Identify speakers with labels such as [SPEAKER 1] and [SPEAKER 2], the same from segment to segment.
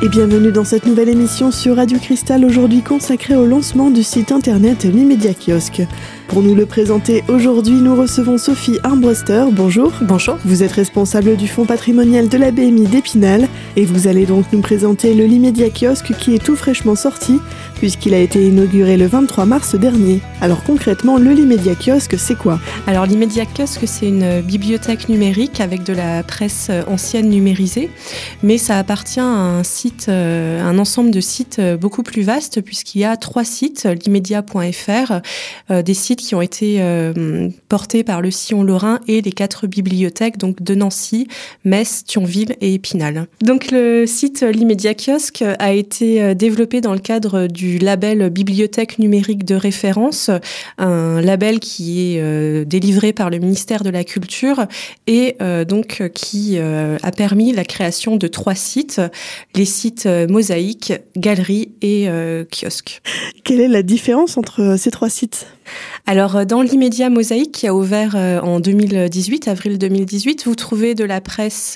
[SPEAKER 1] Et bienvenue dans cette nouvelle émission sur Radio Cristal, aujourd'hui consacrée au lancement du site internet l'Immédiat Kiosque. Pour nous le présenter aujourd'hui, nous recevons Sophie Armbruster. Bonjour.
[SPEAKER 2] Bonjour.
[SPEAKER 1] Vous êtes responsable du fonds patrimonial de la BMI d'Épinal et vous allez donc nous présenter le l'Immédiat Kiosque qui est tout fraîchement sorti puisqu'il a été inauguré le 23 mars dernier. Alors concrètement, le l'Immédiat Kiosque, c'est quoi ?
[SPEAKER 2] Alors l'Immédiat Kiosque, c'est une bibliothèque numérique avec de la presse ancienne numérisée, mais ça appartient à un site, un ensemble de sites beaucoup plus vaste puisqu'il y a 3 sites, l'immédiat.fr, des sites qui ont été portés par le Sillon Lorrain et les 4 bibliothèques donc de Nancy, Metz, Thionville et Épinal. Donc le site l'Immédiat Kiosque a été développé dans le cadre du label Bibliothèque numérique de référence, un label qui est délivré par le ministère de la Culture et donc qui a permis la création de 3 sites, les sites Mosaïque, Galerie et Kiosque.
[SPEAKER 1] Quelle est la différence entre ces 3 sites ?
[SPEAKER 2] Alors, dans l'Immédiat Mosaïque, qui a ouvert en 2018, avril 2018, vous trouvez de la presse,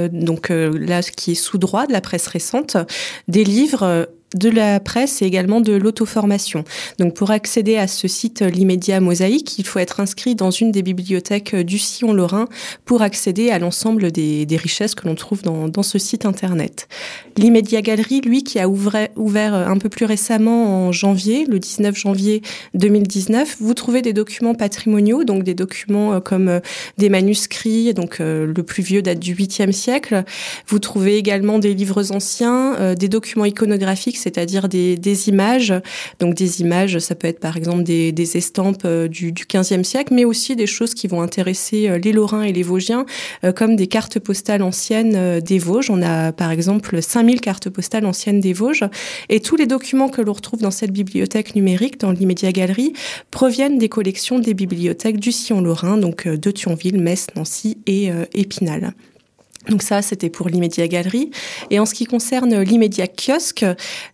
[SPEAKER 2] là, qui est sous droit, de la presse récente, des livres, de la presse et également de l'auto-formation. Donc, pour accéder à ce site l'Immédiat Mosaïque, il faut être inscrit dans une des bibliothèques du Sillon Lorrain pour accéder à l'ensemble des richesses que l'on trouve dans ce site internet. L'Immédiat Galerie, lui, qui a ouvert un peu plus récemment en janvier, le 19 janvier 2019, vous trouvez des documents patrimoniaux, donc des documents comme des manuscrits, donc le plus vieux date du 8e siècle. Vous trouvez également des livres anciens, des documents iconographiques, c'est-à-dire des images. Donc des images, ça peut être par exemple des estampes du 15e siècle, mais aussi des choses qui vont intéresser les Lorrains et les Vosgiens, comme des cartes postales anciennes des Vosges. On a par exemple 5000 cartes postales anciennes des Vosges. Et tous les documents que l'on retrouve dans cette bibliothèque numérique, dans l'Immédiat Galerie, proviennent des collections des bibliothèques du Sillon Lorrain, donc de Thionville, Metz, Nancy et Épinal. Donc ça, c'était pour l'Immédiat Galerie. Et en ce qui concerne l'Immédiat Kiosque,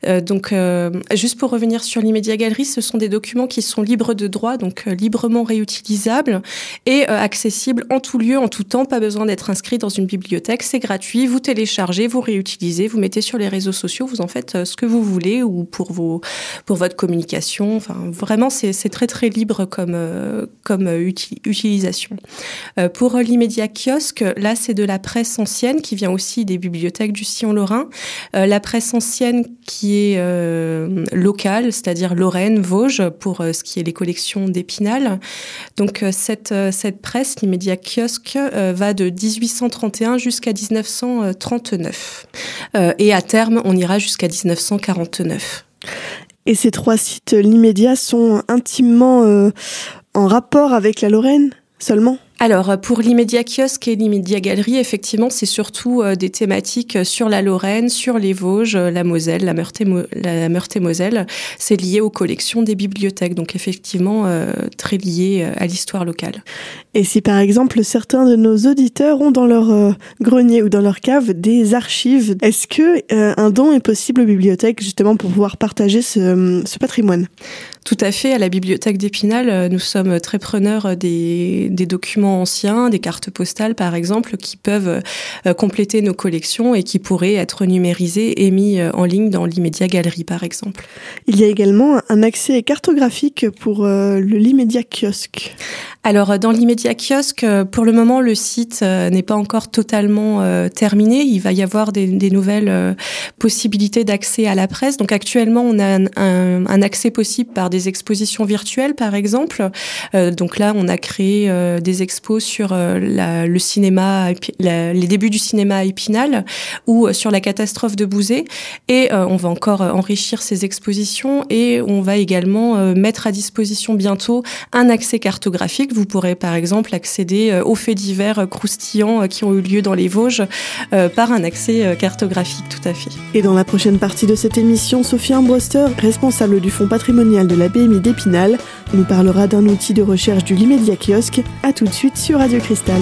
[SPEAKER 2] juste pour revenir sur l'Immédiat Galerie, ce sont des documents qui sont libres de droit, donc librement réutilisables et accessibles en tout lieu, en tout temps. Pas besoin d'être inscrit dans une bibliothèque, c'est gratuit. Vous téléchargez, vous réutilisez, vous mettez sur les réseaux sociaux, vous en faites ce que vous voulez ou pour votre communication. Enfin, vraiment, c'est très très libre comme utilisation. Pour l'Immédiat Kiosque, là, c'est de la presse ancienne qui vient aussi des bibliothèques du Sillon Lorrain. La presse ancienne qui est locale, c'est-à-dire Lorraine, Vosges, pour ce qui est les collections d'Épinal. Donc cette presse, l'Immédiat Kiosque, va de 1831 jusqu'à 1939. Et à terme, on ira jusqu'à 1949.
[SPEAKER 1] Et ces 3 sites, l'Immédiat, sont intimement en rapport avec la Lorraine seulement ?
[SPEAKER 2] Alors, pour l'Immédiat Kiosque et l'Immédiat Galerie, effectivement, c'est surtout des thématiques sur la Lorraine, sur les Vosges, la Moselle, la Meurthe-et-Moselle. C'est lié aux collections des bibliothèques, donc effectivement très lié à l'histoire locale.
[SPEAKER 1] Et si par exemple certains de nos auditeurs ont dans leur grenier ou dans leur cave des archives, est-ce que un don est possible aux bibliothèques justement pour pouvoir partager ce patrimoine ?
[SPEAKER 2] Tout à fait. À la bibliothèque d'Épinal, nous sommes très preneurs des documents anciens, des cartes postales par exemple, qui peuvent compléter nos collections et qui pourraient être numérisés et mis en ligne dans l'Immédiat Galerie par exemple.
[SPEAKER 1] Il y a également un accès cartographique pour l'Immédiat Kiosque.
[SPEAKER 2] Alors, dans l'Immédiat Kiosque, pour le moment, le site n'est pas encore totalement terminé. Il va y avoir des nouvelles possibilités d'accès à la presse. Donc, actuellement, on a un accès possible par des expositions virtuelles, par exemple. Donc là, on a créé des expos sur le cinéma, les débuts du cinéma à Épinal ou sur la catastrophe de Bouzé. Et on va encore enrichir ces expositions et on va également mettre à disposition bientôt un accès cartographique. Vous pourrez par exemple accéder aux faits divers croustillants qui ont eu lieu dans les Vosges par un accès cartographique, tout à fait.
[SPEAKER 1] Et dans la prochaine partie de cette émission, Sophie Armbruster, responsable du fonds patrimonial de la BMI d'Épinal, nous parlera d'un outil de recherche du l'Immédiat Kiosque. À tout de suite sur Radio Cristal.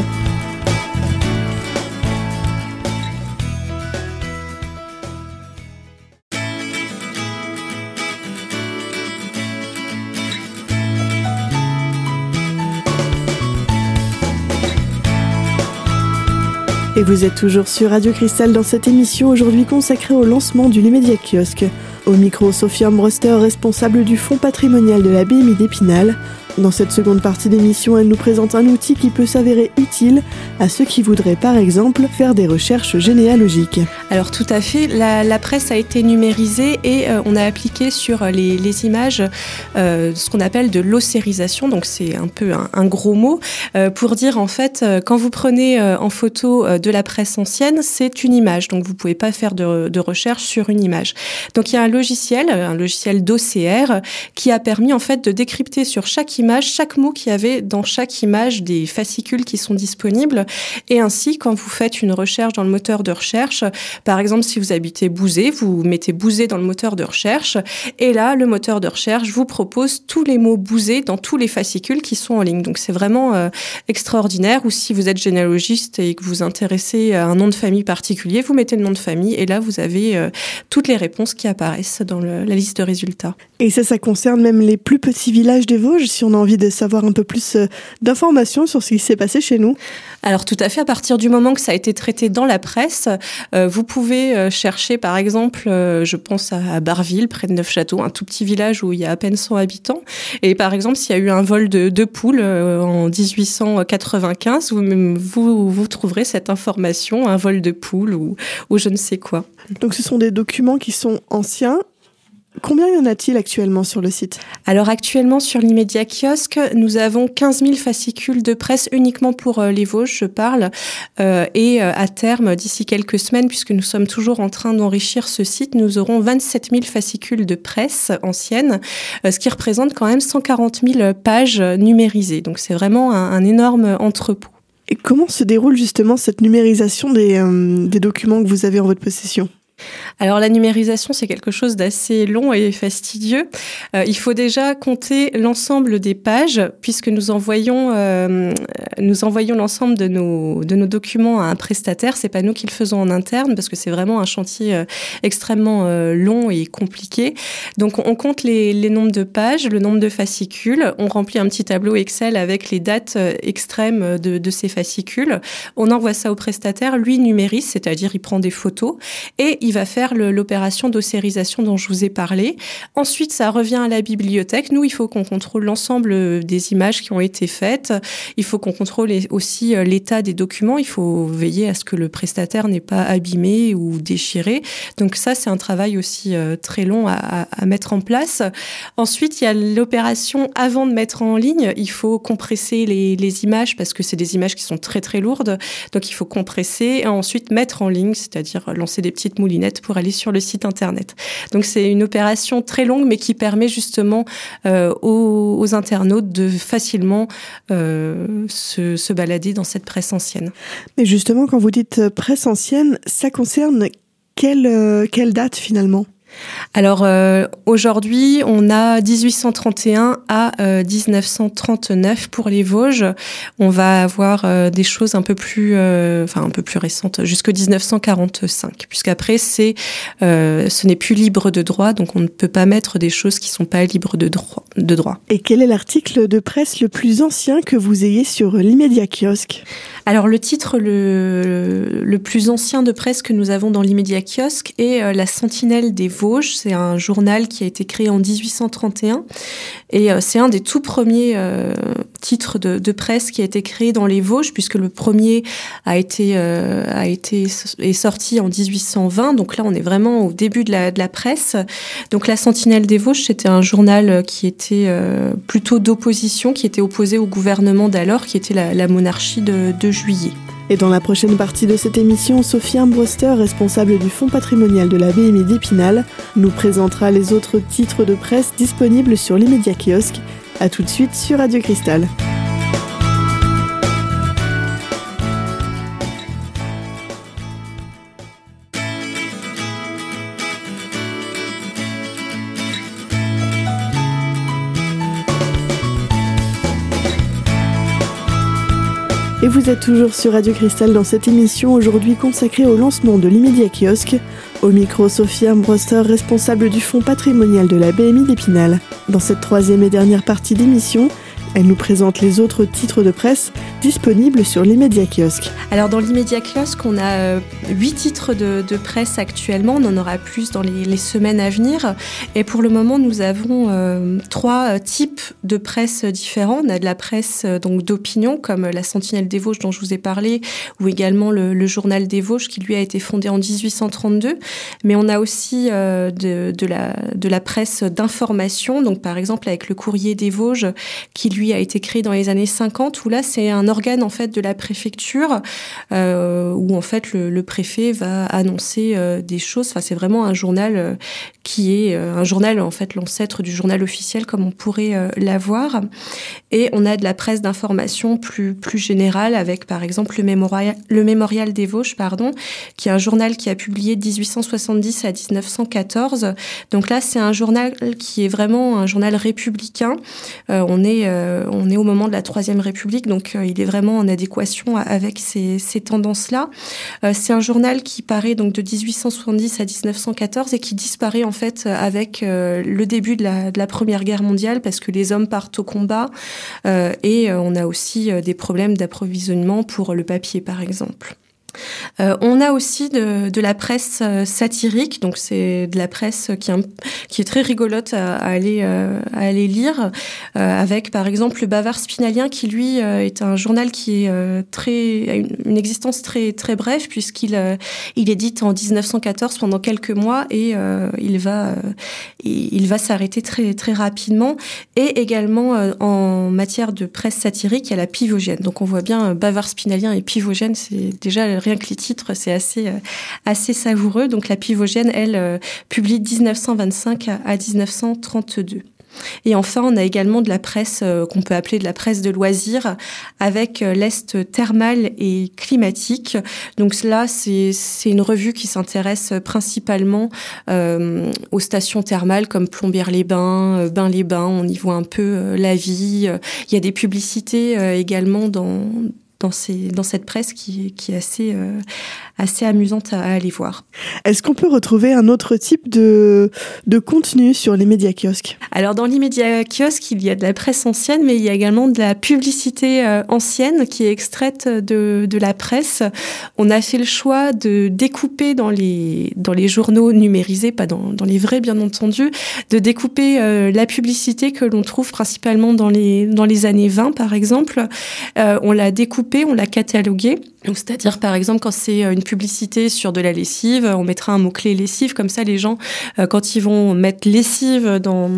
[SPEAKER 1] Et vous êtes toujours sur Radio Cristal dans cette émission aujourd'hui consacrée au lancement du Limedia Kiosque. Au micro, Sophie Ambroster, responsable du fonds patrimonial de la BMI d'Épinal. Dans cette seconde partie d'émission, elle nous présente un outil qui peut s'avérer utile à ceux qui voudraient par exemple faire des recherches généalogiques.
[SPEAKER 2] Alors tout à fait, la presse a été numérisée et on a appliqué sur les images ce qu'on appelle de l'ossérisation, donc c'est un peu un gros mot, pour dire en fait quand vous prenez en photo de la presse ancienne, c'est une image, donc vous ne pouvez pas faire de recherche sur une image. Donc il y a un logiciel d'OCR qui a permis en fait de décrypter sur chaque image, chaque mot qu'il y avait dans chaque image des fascicules qui sont disponibles. Et ainsi, quand vous faites une recherche dans le moteur de recherche, par exemple, si vous habitez Bouzé, vous mettez Bouzé dans le moteur de recherche. Et là, le moteur de recherche vous propose tous les mots Bouzé dans tous les fascicules qui sont en ligne. Donc, c'est vraiment extraordinaire. Ou si vous êtes généalogiste et que vous vous intéressez à un nom de famille particulier, vous mettez le nom de famille et là, vous avez toutes les réponses qui apparaissent dans la liste de résultats.
[SPEAKER 1] Et ça concerne même les plus petits villages des Vosges, si on a envie de savoir un peu plus d'informations sur ce qui s'est passé chez nous.
[SPEAKER 2] Alors tout à fait, à partir du moment que ça a été traité dans la presse, vous pouvez chercher par exemple, je pense à Barville, près de Neufchâteau, un tout petit village où il y a à peine 100 habitants. Et par exemple, s'il y a eu un vol de poules en 1895, vous trouverez cette information, un vol de poules ou je ne sais quoi.
[SPEAKER 1] Donc ce sont des documents qui sont anciens. Combien y en a-t-il actuellement sur le site ?
[SPEAKER 2] Alors actuellement sur l'Imedia Kiosque, nous avons 15 000 fascicules de presse uniquement pour les Vosges, je parle. Et à terme, d'ici quelques semaines, puisque nous sommes toujours en train d'enrichir ce site, nous aurons 27 000 fascicules de presse ancienne, ce qui représente quand même 140 000 pages numérisées. Donc c'est vraiment un énorme entrepôt.
[SPEAKER 1] Et comment se déroule justement cette numérisation des documents que vous avez en votre possession ?
[SPEAKER 2] Alors la numérisation, c'est quelque chose d'assez long et fastidieux. Il faut déjà compter l'ensemble des pages, puisque nous envoyons l'ensemble de nos documents à un prestataire. C'est pas nous qui le faisons en interne, parce que c'est vraiment un chantier extrêmement long et compliqué. Donc on compte les nombres de pages, le nombre de fascicules. On remplit un petit tableau Excel avec les dates extrêmes de ces fascicules. On envoie ça au prestataire. Lui numérise, c'est-à-dire il prend des photos et il va faire l'opération d'ossérisation dont je vous ai parlé. Ensuite, ça revient à la bibliothèque. Nous, il faut qu'on contrôle l'ensemble des images qui ont été faites. Il faut qu'on contrôle aussi l'état des documents. Il faut veiller à ce que le prestataire n'est pas abîmé ou déchiré. Donc ça, c'est un travail aussi très long à mettre en place. Ensuite, il y a l'opération avant de mettre en ligne. Il faut compresser les images parce que c'est des images qui sont très, très lourdes. Donc, il faut compresser et ensuite mettre en ligne, c'est-à-dire lancer des petites moulinettes pour aller sur le site internet. Donc c'est une opération très longue mais qui permet justement aux internautes de facilement se balader dans cette presse ancienne.
[SPEAKER 1] Mais justement, quand vous dites presse ancienne, ça concerne quelle date finalement ?
[SPEAKER 2] Alors aujourd'hui, on a 1831 à 1939 pour les Vosges. On va avoir des choses un peu plus récentes, jusqu'à 1945, puisqu'après ce n'est plus libre de droit, donc on ne peut pas mettre des choses qui sont pas libres de droit. Et
[SPEAKER 1] quel est l'article de presse le plus ancien que vous ayez sur l'Imedia Kiosque ?
[SPEAKER 2] Alors le titre le plus ancien de presse que nous avons dans l'Imedia Kiosque est La Sentinelle des Vosges. C'est un journal qui a été créé en 1831 et c'est un des tout premiers titres de presse qui a été créé dans les Vosges, puisque le premier est sorti en 1820. Donc là, on est vraiment au début de la presse. Donc La Sentinelle des Vosges, c'était un journal qui était plutôt d'opposition, qui était opposé au gouvernement d'alors, qui était la monarchie de Juillet.
[SPEAKER 1] Et dans la prochaine partie de cette émission, Sophie Ambroster, responsable du fonds patrimonial de la BMI d'Épinal, nous présentera les autres titres de presse disponibles sur l'Imedia Kiosque. A tout de suite sur Radio Cristal. Et vous êtes toujours sur Radio Cristal dans cette émission aujourd'hui consacrée au lancement de l'Imedia Kiosque. Au micro, Sophie Ambroster, responsable du fonds patrimonial de la BMI d'Épinal. Dans cette troisième et dernière partie d'émission, Elle nous présente les autres titres de presse disponibles sur l'Immédiat Kiosque.
[SPEAKER 2] Alors dans l'Immédiat Kiosque, on a 8 titres de presse actuellement. On en aura plus dans les semaines à venir. Et pour le moment, nous avons 3 types de presse différents. On a de la presse donc d'opinion, comme la Sentinelle des Vosges dont je vous ai parlé, ou également le Journal des Vosges, qui lui a été fondé en 1832. Mais on a aussi de la presse d'information, donc par exemple avec le Courrier des Vosges, qui lui a été créé dans les années 50, où là c'est un organe en fait de la préfecture, où en fait le préfet va annoncer des choses. Enfin, c'est vraiment un journal qui est un journal en fait l'ancêtre du journal officiel comme on pourrait l'avoir. Et on a de la presse d'information plus générale avec par exemple le Mémorial des Vosges, qui est un journal qui a publié de 1870 à 1914. Donc là, c'est un journal qui est vraiment un journal républicain. On est au moment de la Troisième République, donc il est vraiment en adéquation avec ces tendances-là. C'est un journal qui paraît donc de 1870 à 1914 et qui disparaît en fait avec le début de la Première Guerre mondiale parce que les hommes partent au combat et on a aussi des problèmes d'approvisionnement pour le papier, par exemple. On a aussi de la presse satirique, donc c'est de la presse qui est très rigolote à aller lire, avec par exemple le Bavard Spinalien qui lui est un journal qui est a une existence très très brève puisqu'il édite en 1914 pendant quelques mois et il va s'arrêter très très rapidement. Et également en matière de presse satirique, il y a la Pivogène. Donc on voit bien Bavard Spinalien et Pivogène, c'est déjà rien que les titres, c'est assez savoureux. Donc la Pivogène, elle, publie de 1925 à 1932. Et enfin, on a également de la presse qu'on peut appeler de la presse de loisirs avec l'Est thermal et climatique. Donc là, c'est une revue qui s'intéresse principalement aux stations thermales comme Plombières-les-Bains, Bains-les-Bains. On y voit un peu la vie. Il y a des publicités également dans cette presse qui est assez amusante à aller voir.
[SPEAKER 1] Est-ce qu'on peut retrouver un autre type de contenu sur l'Immédiat Kiosque ?
[SPEAKER 2] Alors dans l'Immédiat Kiosque, il y a de la presse ancienne, mais il y a également de la publicité ancienne qui est extraite de la presse. On a fait le choix de découper dans les journaux numérisés, pas dans les vrais bien entendu, de découper la publicité que l'on trouve principalement dans les années 20 par exemple. On l'a découpée, on l'a cataloguée. Donc, c'est-à-dire, par exemple, quand c'est une publicité sur de la lessive, on mettra un mot-clé lessive. Comme ça, les gens, quand ils vont mettre lessive dans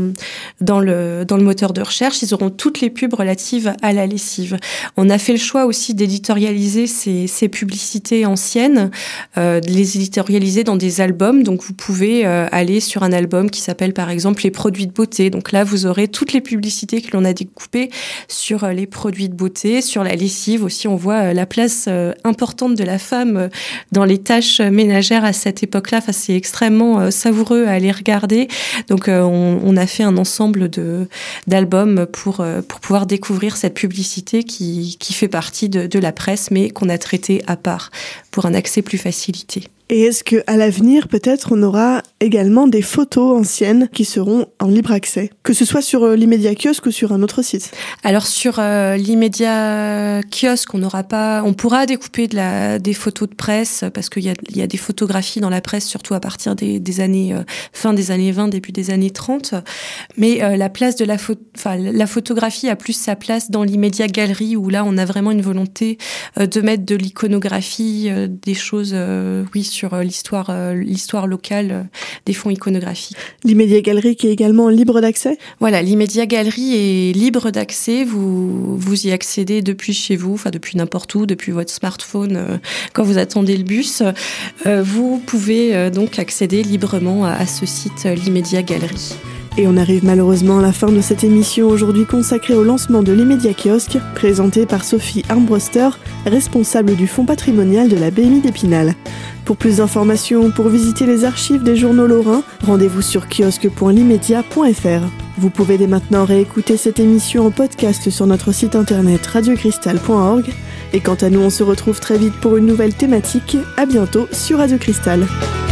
[SPEAKER 2] le moteur de recherche, ils auront toutes les pubs relatives à la lessive. On a fait le choix aussi d'éditorialiser ces publicités anciennes, de les éditorialiser dans des albums. Donc, vous pouvez aller sur un album qui s'appelle, par exemple, les produits de beauté. Donc là, vous aurez toutes les publicités que l'on a découpées sur les produits de beauté, sur la lessive aussi. On voit la place importante de la femme dans les tâches ménagères à cette époque-là. Enfin, c'est extrêmement savoureux à aller regarder. Donc, on a fait un ensemble d'albums pour pouvoir découvrir cette publicité qui fait partie de la presse, mais qu'on a traitée à part pour un accès plus facilité.
[SPEAKER 1] Et est-ce qu'à l'avenir, peut-être, on aura également des photos anciennes qui seront en libre accès, que ce soit sur l'Immédiat Kiosque ou sur un autre site?
[SPEAKER 2] Alors sur l'Immédiat Kiosque, on pourra découper des photos de presse parce qu'il y a des photographies dans la presse, surtout à partir des années fin des années 20, début des années 30. Mais la place de la photographie a plus sa place dans l'Immédiat Galerie où là, on a vraiment une volonté de mettre de l'iconographie, des choses, sur l'histoire locale des fonds iconographiques.
[SPEAKER 1] L'Immédiat Galerie qui est également libre d'accès ?
[SPEAKER 2] Voilà, l'Immédiat Galerie est libre d'accès. Vous y accédez depuis chez vous, enfin depuis n'importe où, depuis votre smartphone, quand vous attendez le bus. Vous pouvez donc accéder librement à ce site, l'Immédiat Galerie.
[SPEAKER 1] Et on arrive malheureusement à la fin de cette émission aujourd'hui consacrée au lancement de l'Immédiat Kiosque, présentée par Sophie Armbruster, responsable du fonds patrimonial de la BMI d'Épinal. Pour plus d'informations ou pour visiter les archives des journaux lorrains, rendez-vous sur kiosque.limmedia.fr. Vous pouvez dès maintenant réécouter cette émission en podcast sur notre site internet radiocristal.org. Et quant à nous, on se retrouve très vite pour une nouvelle thématique. À bientôt sur Radio Cristal.